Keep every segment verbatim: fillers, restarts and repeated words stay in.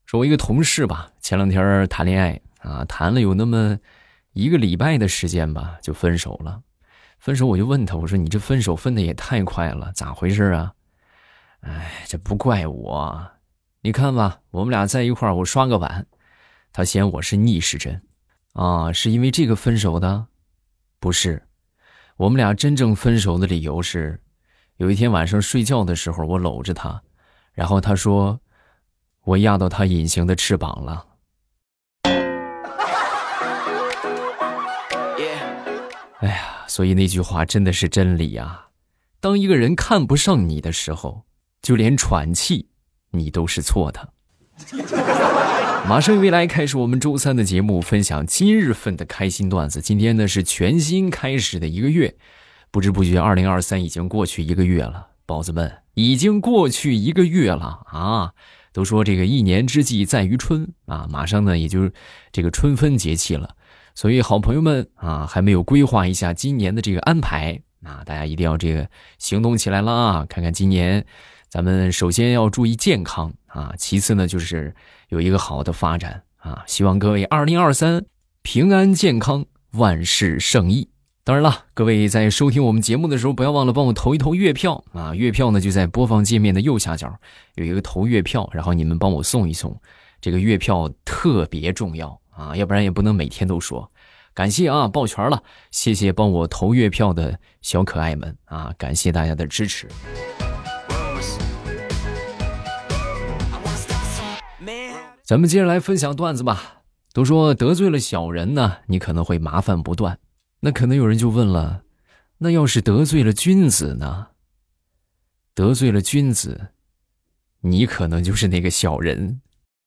说我一个同事吧，前两天谈恋爱啊，谈了有那么一个礼拜的时间吧，就分手了。分手我就问他，我说你这分手分的也太快了，咋回事啊？哎，这不怪我，你看吧，我们俩在一块儿，我刷个碗，他嫌我是逆时针啊，是因为这个分手的？不是，我们俩真正分手的理由是，有一天晚上睡觉的时候，我搂着他，然后他说我压到他隐形的翅膀了。哎呀，所以那句话真的是真理啊！当一个人看不上你的时候，就连喘气你都是错的。马上未来开始我们周三的节目，分享今日份的开心段子。今天呢是全新开始的一个月，不知不觉二零二三已经过去一个月了，宝子们，已经过去一个月了啊！都说这个一年之计在于春啊，马上呢也就是这个春分节气了。所以好朋友们啊，还没有规划一下今年的这个安排啊，大家一定要这个行动起来了啊！看看今年咱们首先要注意健康啊，其次呢就是有一个好的发展啊，希望各位二零二三平安健康，万事胜意。当然了，各位在收听我们节目的时候，不要忘了帮我投一投月票啊！月票呢就在播放界面的右下角有一个投月票，然后你们帮我送一送，这个月票特别重要啊，要不然也不能每天都说。感谢啊，抱拳了，谢谢帮我投月票的小可爱们啊，感谢大家的支持。咱们接着来分享段子吧。都说得罪了小人呢，你可能会麻烦不断。那可能有人就问了，那要是得罪了君子呢？得罪了君子，你可能就是那个小人。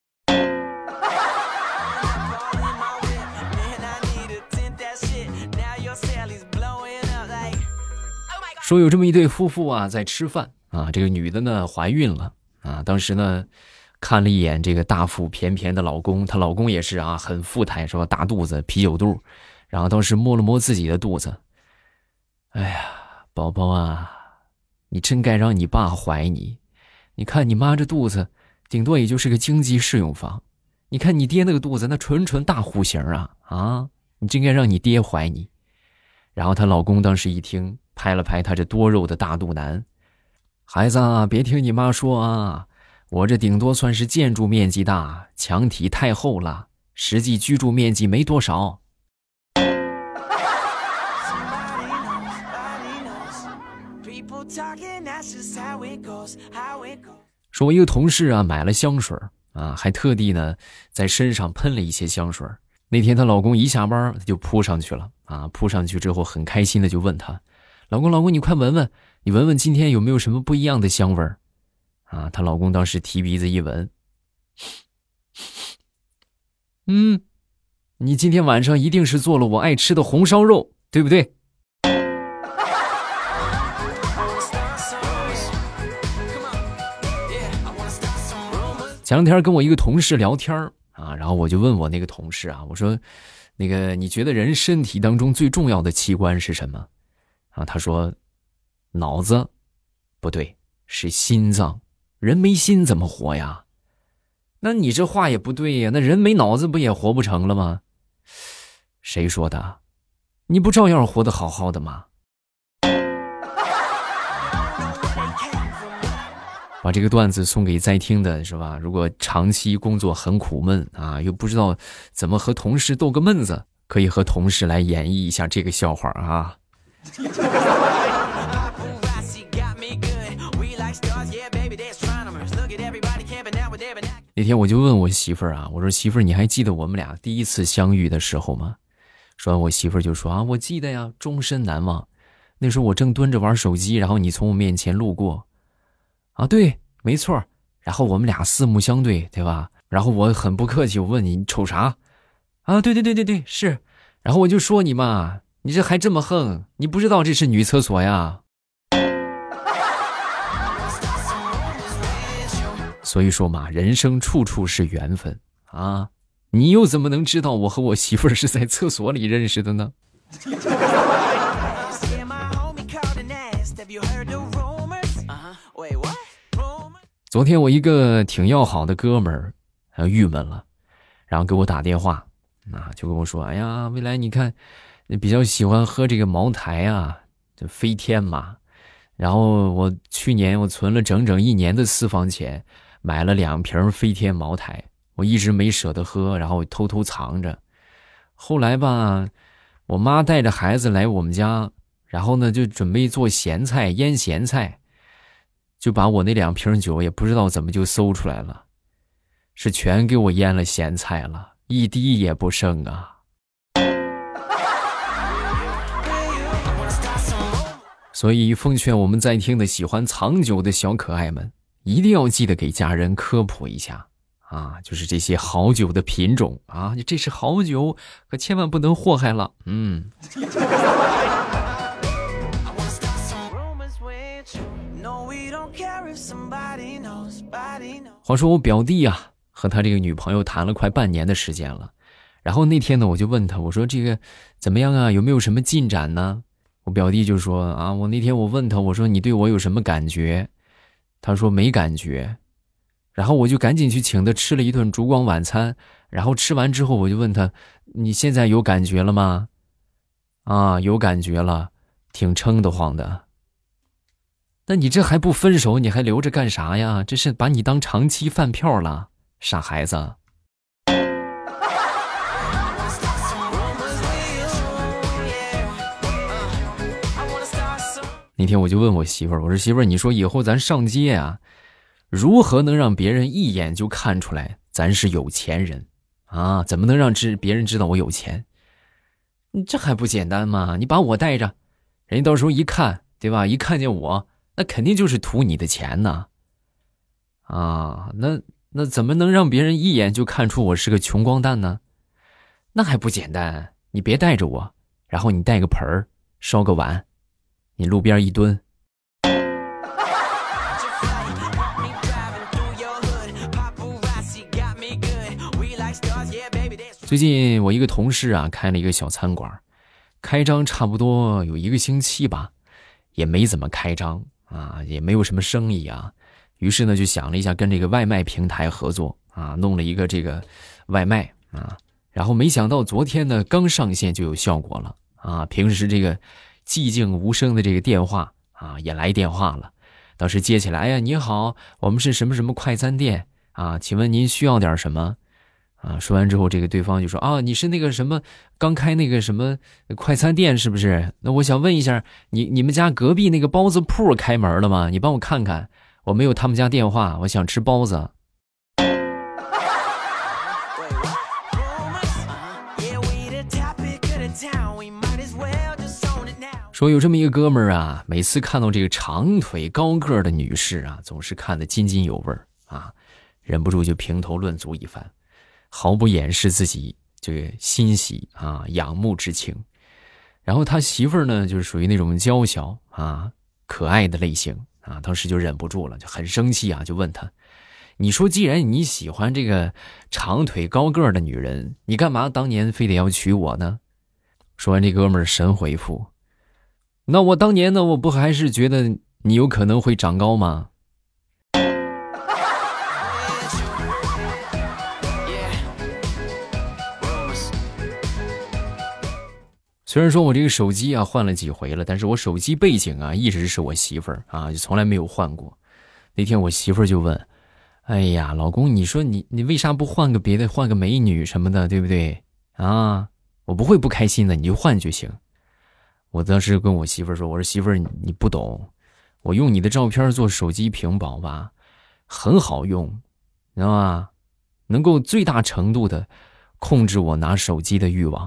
说有这么一对夫妇啊，在吃饭啊，这个女的呢怀孕了啊，当时呢看了一眼这个大腹便便的老公，她老公也是啊，很富态，是吧？大肚子，啤酒肚，然后当时摸了摸自己的肚子，哎呀，宝宝啊，你真该让你爸怀你，你看你妈这肚子，顶多也就是个经济适用房，你看你爹那个肚子，那纯纯大户型啊啊，你真该让你爹怀你。然后她老公当时一听，拍了拍她这多肉的大肚腩，孩子啊，别听你妈说啊，我这顶多算是建筑面积大，墙体太厚了，实际居住面积没多少。说我一个同事啊，买了香水啊，还特地呢在身上喷了一些香水。那天她老公一下班就扑上去了啊，扑上去之后很开心的就问她，老公老公你快闻闻，你闻闻今天有没有什么不一样的香味儿啊？她老公当时提鼻子一闻，嗯，你今天晚上一定是做了我爱吃的红烧肉，对不对？前两天跟我一个同事聊天啊，然后我就问我那个同事啊，我说那个你觉得人身体当中最重要的器官是什么啊？他说脑子，不对，是心脏，人没心怎么活呀？那你这话也不对呀，那人没脑子不也活不成了吗？谁说的？你不照样活得好好的吗？把这个段子送给在听的是吧？如果长期工作很苦闷啊，又不知道怎么和同事逗个闷子，可以和同事来演绎一下这个笑话啊。那天我就问我媳妇儿啊，我说媳妇儿，你还记得我们俩第一次相遇的时候吗？说完我媳妇儿就说啊，我记得呀，终身难忘。那时候我正蹲着玩手机，然后你从我面前路过。啊，对，没错。然后我们俩四目相对，对吧？然后我很不客气，我问你，你瞅啥？啊，对对对对对，是。然后我就说你嘛，你这还这么横，你不知道这是女厕所呀？所以说嘛，人生处处是缘分啊！你又怎么能知道我和我媳妇儿是在厕所里认识的呢？昨天我一个挺要好的哥们儿然后郁闷了，然后给我打电话啊，就跟我说，哎呀，未来你看你比较喜欢喝这个茅台啊，这飞天嘛，然后我去年我存了整整一年的私房钱，买了两瓶飞天茅台，我一直没舍得喝，然后偷偷藏着。后来吧，我妈带着孩子来我们家，然后呢就准备做咸菜，腌咸菜，就把我那两瓶酒也不知道怎么就搜出来了，是全给我腌了咸菜了，一滴也不剩啊。所以奉劝我们在听的喜欢藏酒的小可爱们，一定要记得给家人科普一下啊，就是这些好酒的品种啊，这是好酒，可千万不能祸害了。嗯。话说我表弟啊，和他这个女朋友谈了快半年的时间了，然后那天呢，我就问他，我说这个怎么样啊？有没有什么进展呢？我表弟就说啊，我那天我问他，我说你对我有什么感觉？他说没感觉。然后我就赶紧去请他吃了一顿烛光晚餐，然后吃完之后我就问他，你现在有感觉了吗？啊，有感觉了，挺撑得慌的。那你这还不分手，你还留着干啥呀？这是把你当长期饭票了，傻孩子。那天我就问我媳妇儿，我说媳妇儿，你说以后咱上街啊，如何能让别人一眼就看出来咱是有钱人啊？怎么能让知别人知道我有钱？你这还不简单吗？你把我带着，人家到时候一看，对吧？一看见我，那肯定就是图你的钱呢。啊，那那怎么能让别人一眼就看出我是个穷光蛋呢？那还不简单，你别带着我，然后你带个盆儿，烧个碗，你路边一蹲。最近我一个同事啊，开了一个小餐馆，开张差不多有一个星期吧，也没怎么开张啊，也没有什么生意啊。于是呢，就想了一下跟这个外卖平台合作啊，弄了一个这个外卖啊。然后没想到昨天呢，刚上线就有效果了啊！平时这个寂静无声的这个电话啊，也来电话了。当时接起来，哎呀，你好，我们是什么什么快餐店啊？请问您需要点什么？啊，说完之后，这个对方就说啊，你是那个什么刚开那个什么快餐店是不是？那我想问一下，你你们家隔壁那个包子铺开门了吗？你帮我看看，我没有他们家电话，我想吃包子。说有这么一个哥们儿啊，每次看到这个长腿高个的女士啊，总是看得津津有味啊，忍不住就评头论足一番，毫不掩饰自己这个欣喜啊、仰慕之情。然后他媳妇儿呢，就是属于那种娇小啊、可爱的类型啊，当时就忍不住了，就很生气啊，就问他：“你说，既然你喜欢这个长腿高个的女人，你干嘛当年非得要娶我呢？”说完，这哥们儿神回复：“那我当年呢，我不还是觉得你有可能会长高吗？”虽然说我这个手机啊换了几回了，但是我手机背景啊一直是我媳妇儿啊，就从来没有换过。那天我媳妇儿就问：“哎呀，老公，你说你你为啥不换个别的，换个美女什么的，对不对？啊，我不会不开心的，你就换就行。”我当时跟我媳妇儿说：“我说媳妇儿，你不懂，我用你的照片做手机屏保吧，很好用，知道吗？能够最大程度的控制我拿手机的欲望。”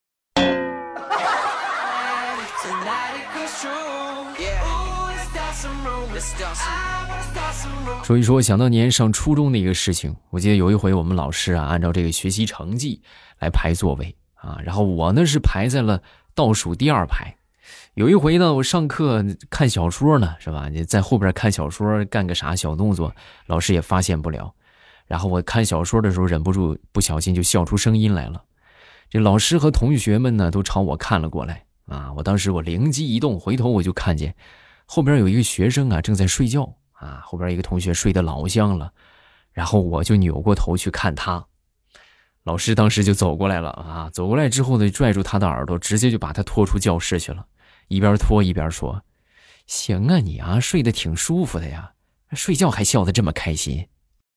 所以说，想当年上初中的一个事情，我记得有一回我们老师啊，按照这个学习成绩来排座位啊，然后我呢是排在了倒数第二排。有一回呢，我上课看小说呢，是吧？你在后边看小说，干个啥小动作，老师也发现不了。然后我看小说的时候，忍不住不小心就笑出声音来了。这老师和同学们呢，都朝我看了过来啊！我当时我灵机一动，回头我就看见后边有一个学生啊，正在睡觉啊，后边一个同学睡得老香了。 然后我就扭过头去看他，老师当时就走过来了啊，走过来之后呢，拽住他的耳朵，直接就把他拖出教室去了，一边拖一边说：行啊你啊，睡得挺舒服的呀，睡觉还笑得这么开心。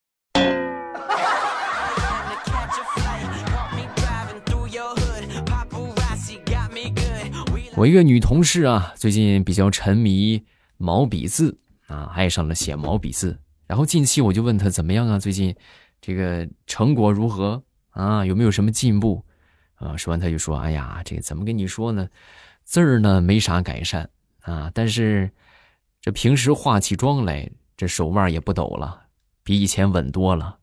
我一个女同事啊，最近比较沉迷毛笔字啊，爱上了写毛笔字。然后近期我就问她怎么样啊，最近这个成果如何啊，有没有什么进步啊？说完她就说：哎呀，这个怎么跟你说呢，字儿呢没啥改善啊，但是这平时化起妆来，这手腕也不抖了，比以前稳多了。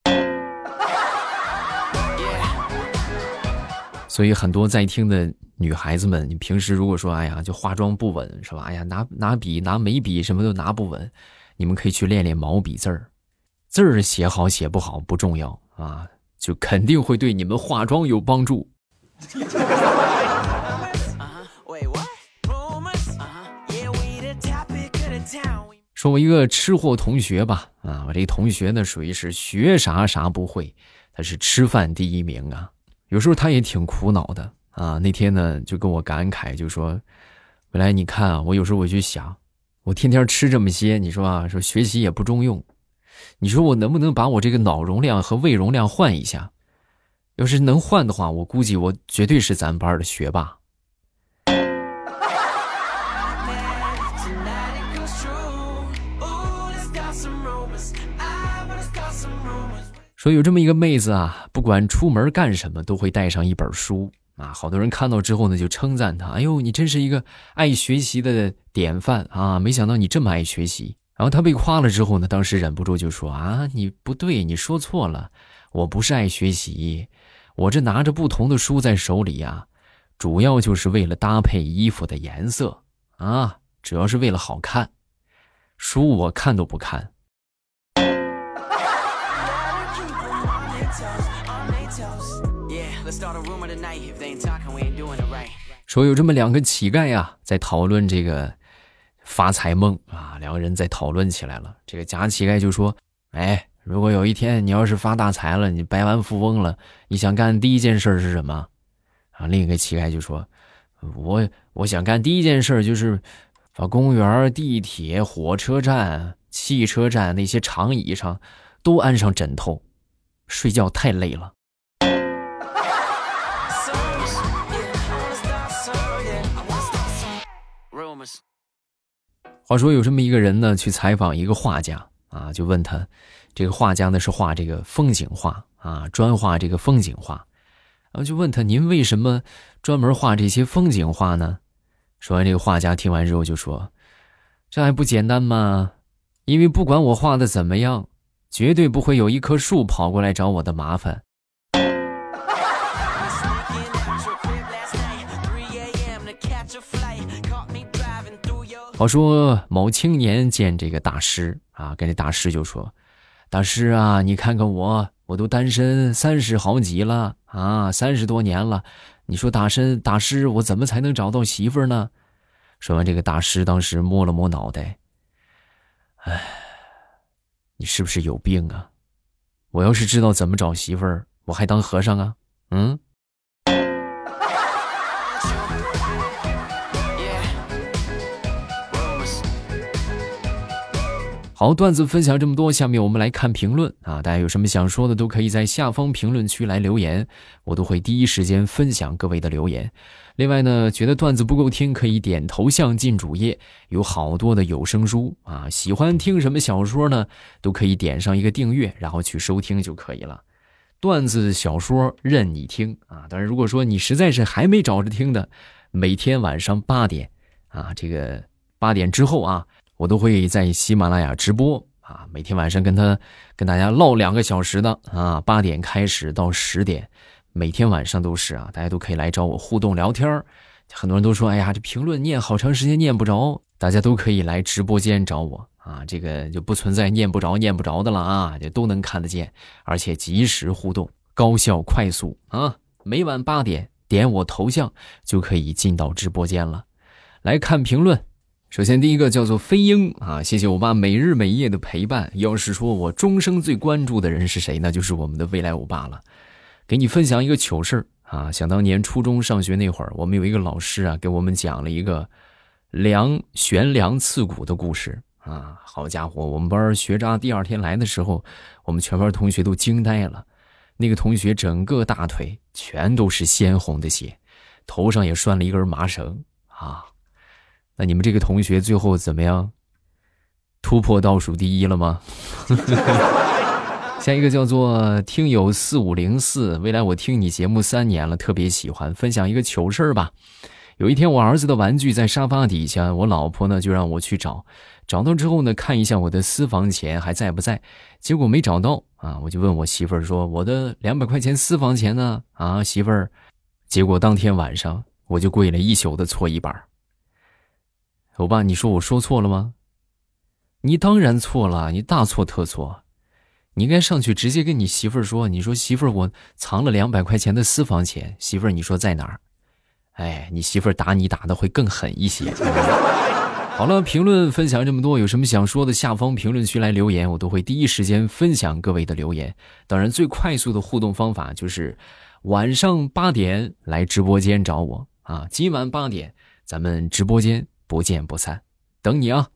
所以很多在听的女孩子们，你平时如果说哎呀就化妆不稳是吧，哎呀拿拿笔拿眉笔什么都拿不稳，你们可以去练练毛笔字儿，字儿写好写不好不重要啊，就肯定会对你们化妆有帮助。说我一个吃货同学吧，啊，我这同学呢属于是学啥啥不会，他是吃饭第一名啊。有时候他也挺苦恼的啊，那天呢就跟我感慨，就说本来你看啊，我有时候我就想，我天天吃这么些，你说啊，说学习也不中用，你说我能不能把我这个脑容量和胃容量换一下？要是能换的话，我估计我绝对是咱班的学霸。说有这么一个妹子啊，不管出门干什么都会带上一本书啊，好多人看到之后呢就称赞她，哎呦你真是一个爱学习的典范啊，没想到你这么爱学习。然后她被夸了之后呢，当时忍不住就说啊，你不对，你说错了，我不是爱学习，我这拿着不同的书在手里啊，主要就是为了搭配衣服的颜色啊，主要是为了好看，书我看都不看。说有这么两个乞丐呀，在讨论这个发财梦啊，两个人在讨论起来了。这个假乞丐就说：哎，如果有一天你要是发大财了，你百万富翁了，你想干第一件事是什么？啊，另一个乞丐就说：我我想干第一件事就是把公园、地铁、火车站、汽车站那些长椅上都安上枕头，睡觉太累了。话说有这么一个人呢，去采访一个画家啊，就问他，这个画家呢是画这个风景画啊，专画这个风景画，然后就问他，您为什么专门画这些风景画呢？说完这个画家听完之后就说，这还不简单吗？因为不管我画的怎么样，绝对不会有一棵树跑过来找我的麻烦。好说某青年见这个大师啊，跟这大师就说，大师啊，你看看我，我都单身三十好几了啊，三十多年了，你说大师大师我怎么才能找到媳妇呢？说完这个大师当时摸了摸脑袋，哎，你是不是有病啊？我要是知道怎么找媳妇儿，我还当和尚啊？嗯。好，段子分享这么多，下面我们来看评论啊！大家有什么想说的，都可以在下方评论区来留言，我都会第一时间分享各位的留言。另外呢，觉得段子不够听，可以点头像进主页，有好多的有声书啊！喜欢听什么小说呢，都可以点上一个订阅，然后去收听就可以了。段子小说任你听啊！当然，如果说你实在是还没找着听的，每天晚上八点啊，这个八点之后啊，我都会在喜马拉雅直播啊，每天晚上跟他跟大家唠两个小时的啊，八点开始到十点，每天晚上都是啊，大家都可以来找我互动聊天。很多人都说，哎呀，这评论念好长时间念不着，大家都可以来直播间找我啊，这个就不存在念不着念不着的了啊，就都能看得见，而且及时互动，高效快速啊，每晚八点点我头像就可以进到直播间了，来看评论。 首先第一个叫做飞鹰啊，谢谢欧巴每日每夜的陪伴。要是说我终生最关注的人是谁呢？就是我们的未来欧巴了。给你分享一个糗事啊，想当年初中上学那会儿，我们有一个老师啊，给我们讲了一个梁悬梁刺股的故事啊。好家伙，我们班学渣第二天来的时候，我们全班同学都惊呆了。那个同学整个大腿全都是鲜红的血，头上也拴了一根麻绳啊。那你们这个同学最后怎么样？突破倒数第一了吗？下一个叫做听友四五零四，未来我听你节目三年了，特别喜欢，分享一个糗事吧。有一天我儿子的玩具在沙发底下，我老婆呢就让我去找，找到之后呢看一下我的私房钱还在不在，结果没找到啊，我就问我媳妇儿说我的两百块钱私房钱呢？啊媳妇儿，结果当天晚上我就跪了一宿的搓衣板。欧巴，你说我说错了吗？你当然错了，你大错特错。你应该上去直接跟你媳妇儿说，你说媳妇儿，我藏了两百块钱的私房钱，媳妇儿你说在哪儿？哎，你媳妇儿打你打的会更狠一些。好了，评论分享这么多，有什么想说的下方评论区来留言，我都会第一时间分享各位的留言。当然最快速的互动方法就是晚上八点来直播间找我啊，今晚八点咱们直播间不见不散，等你啊。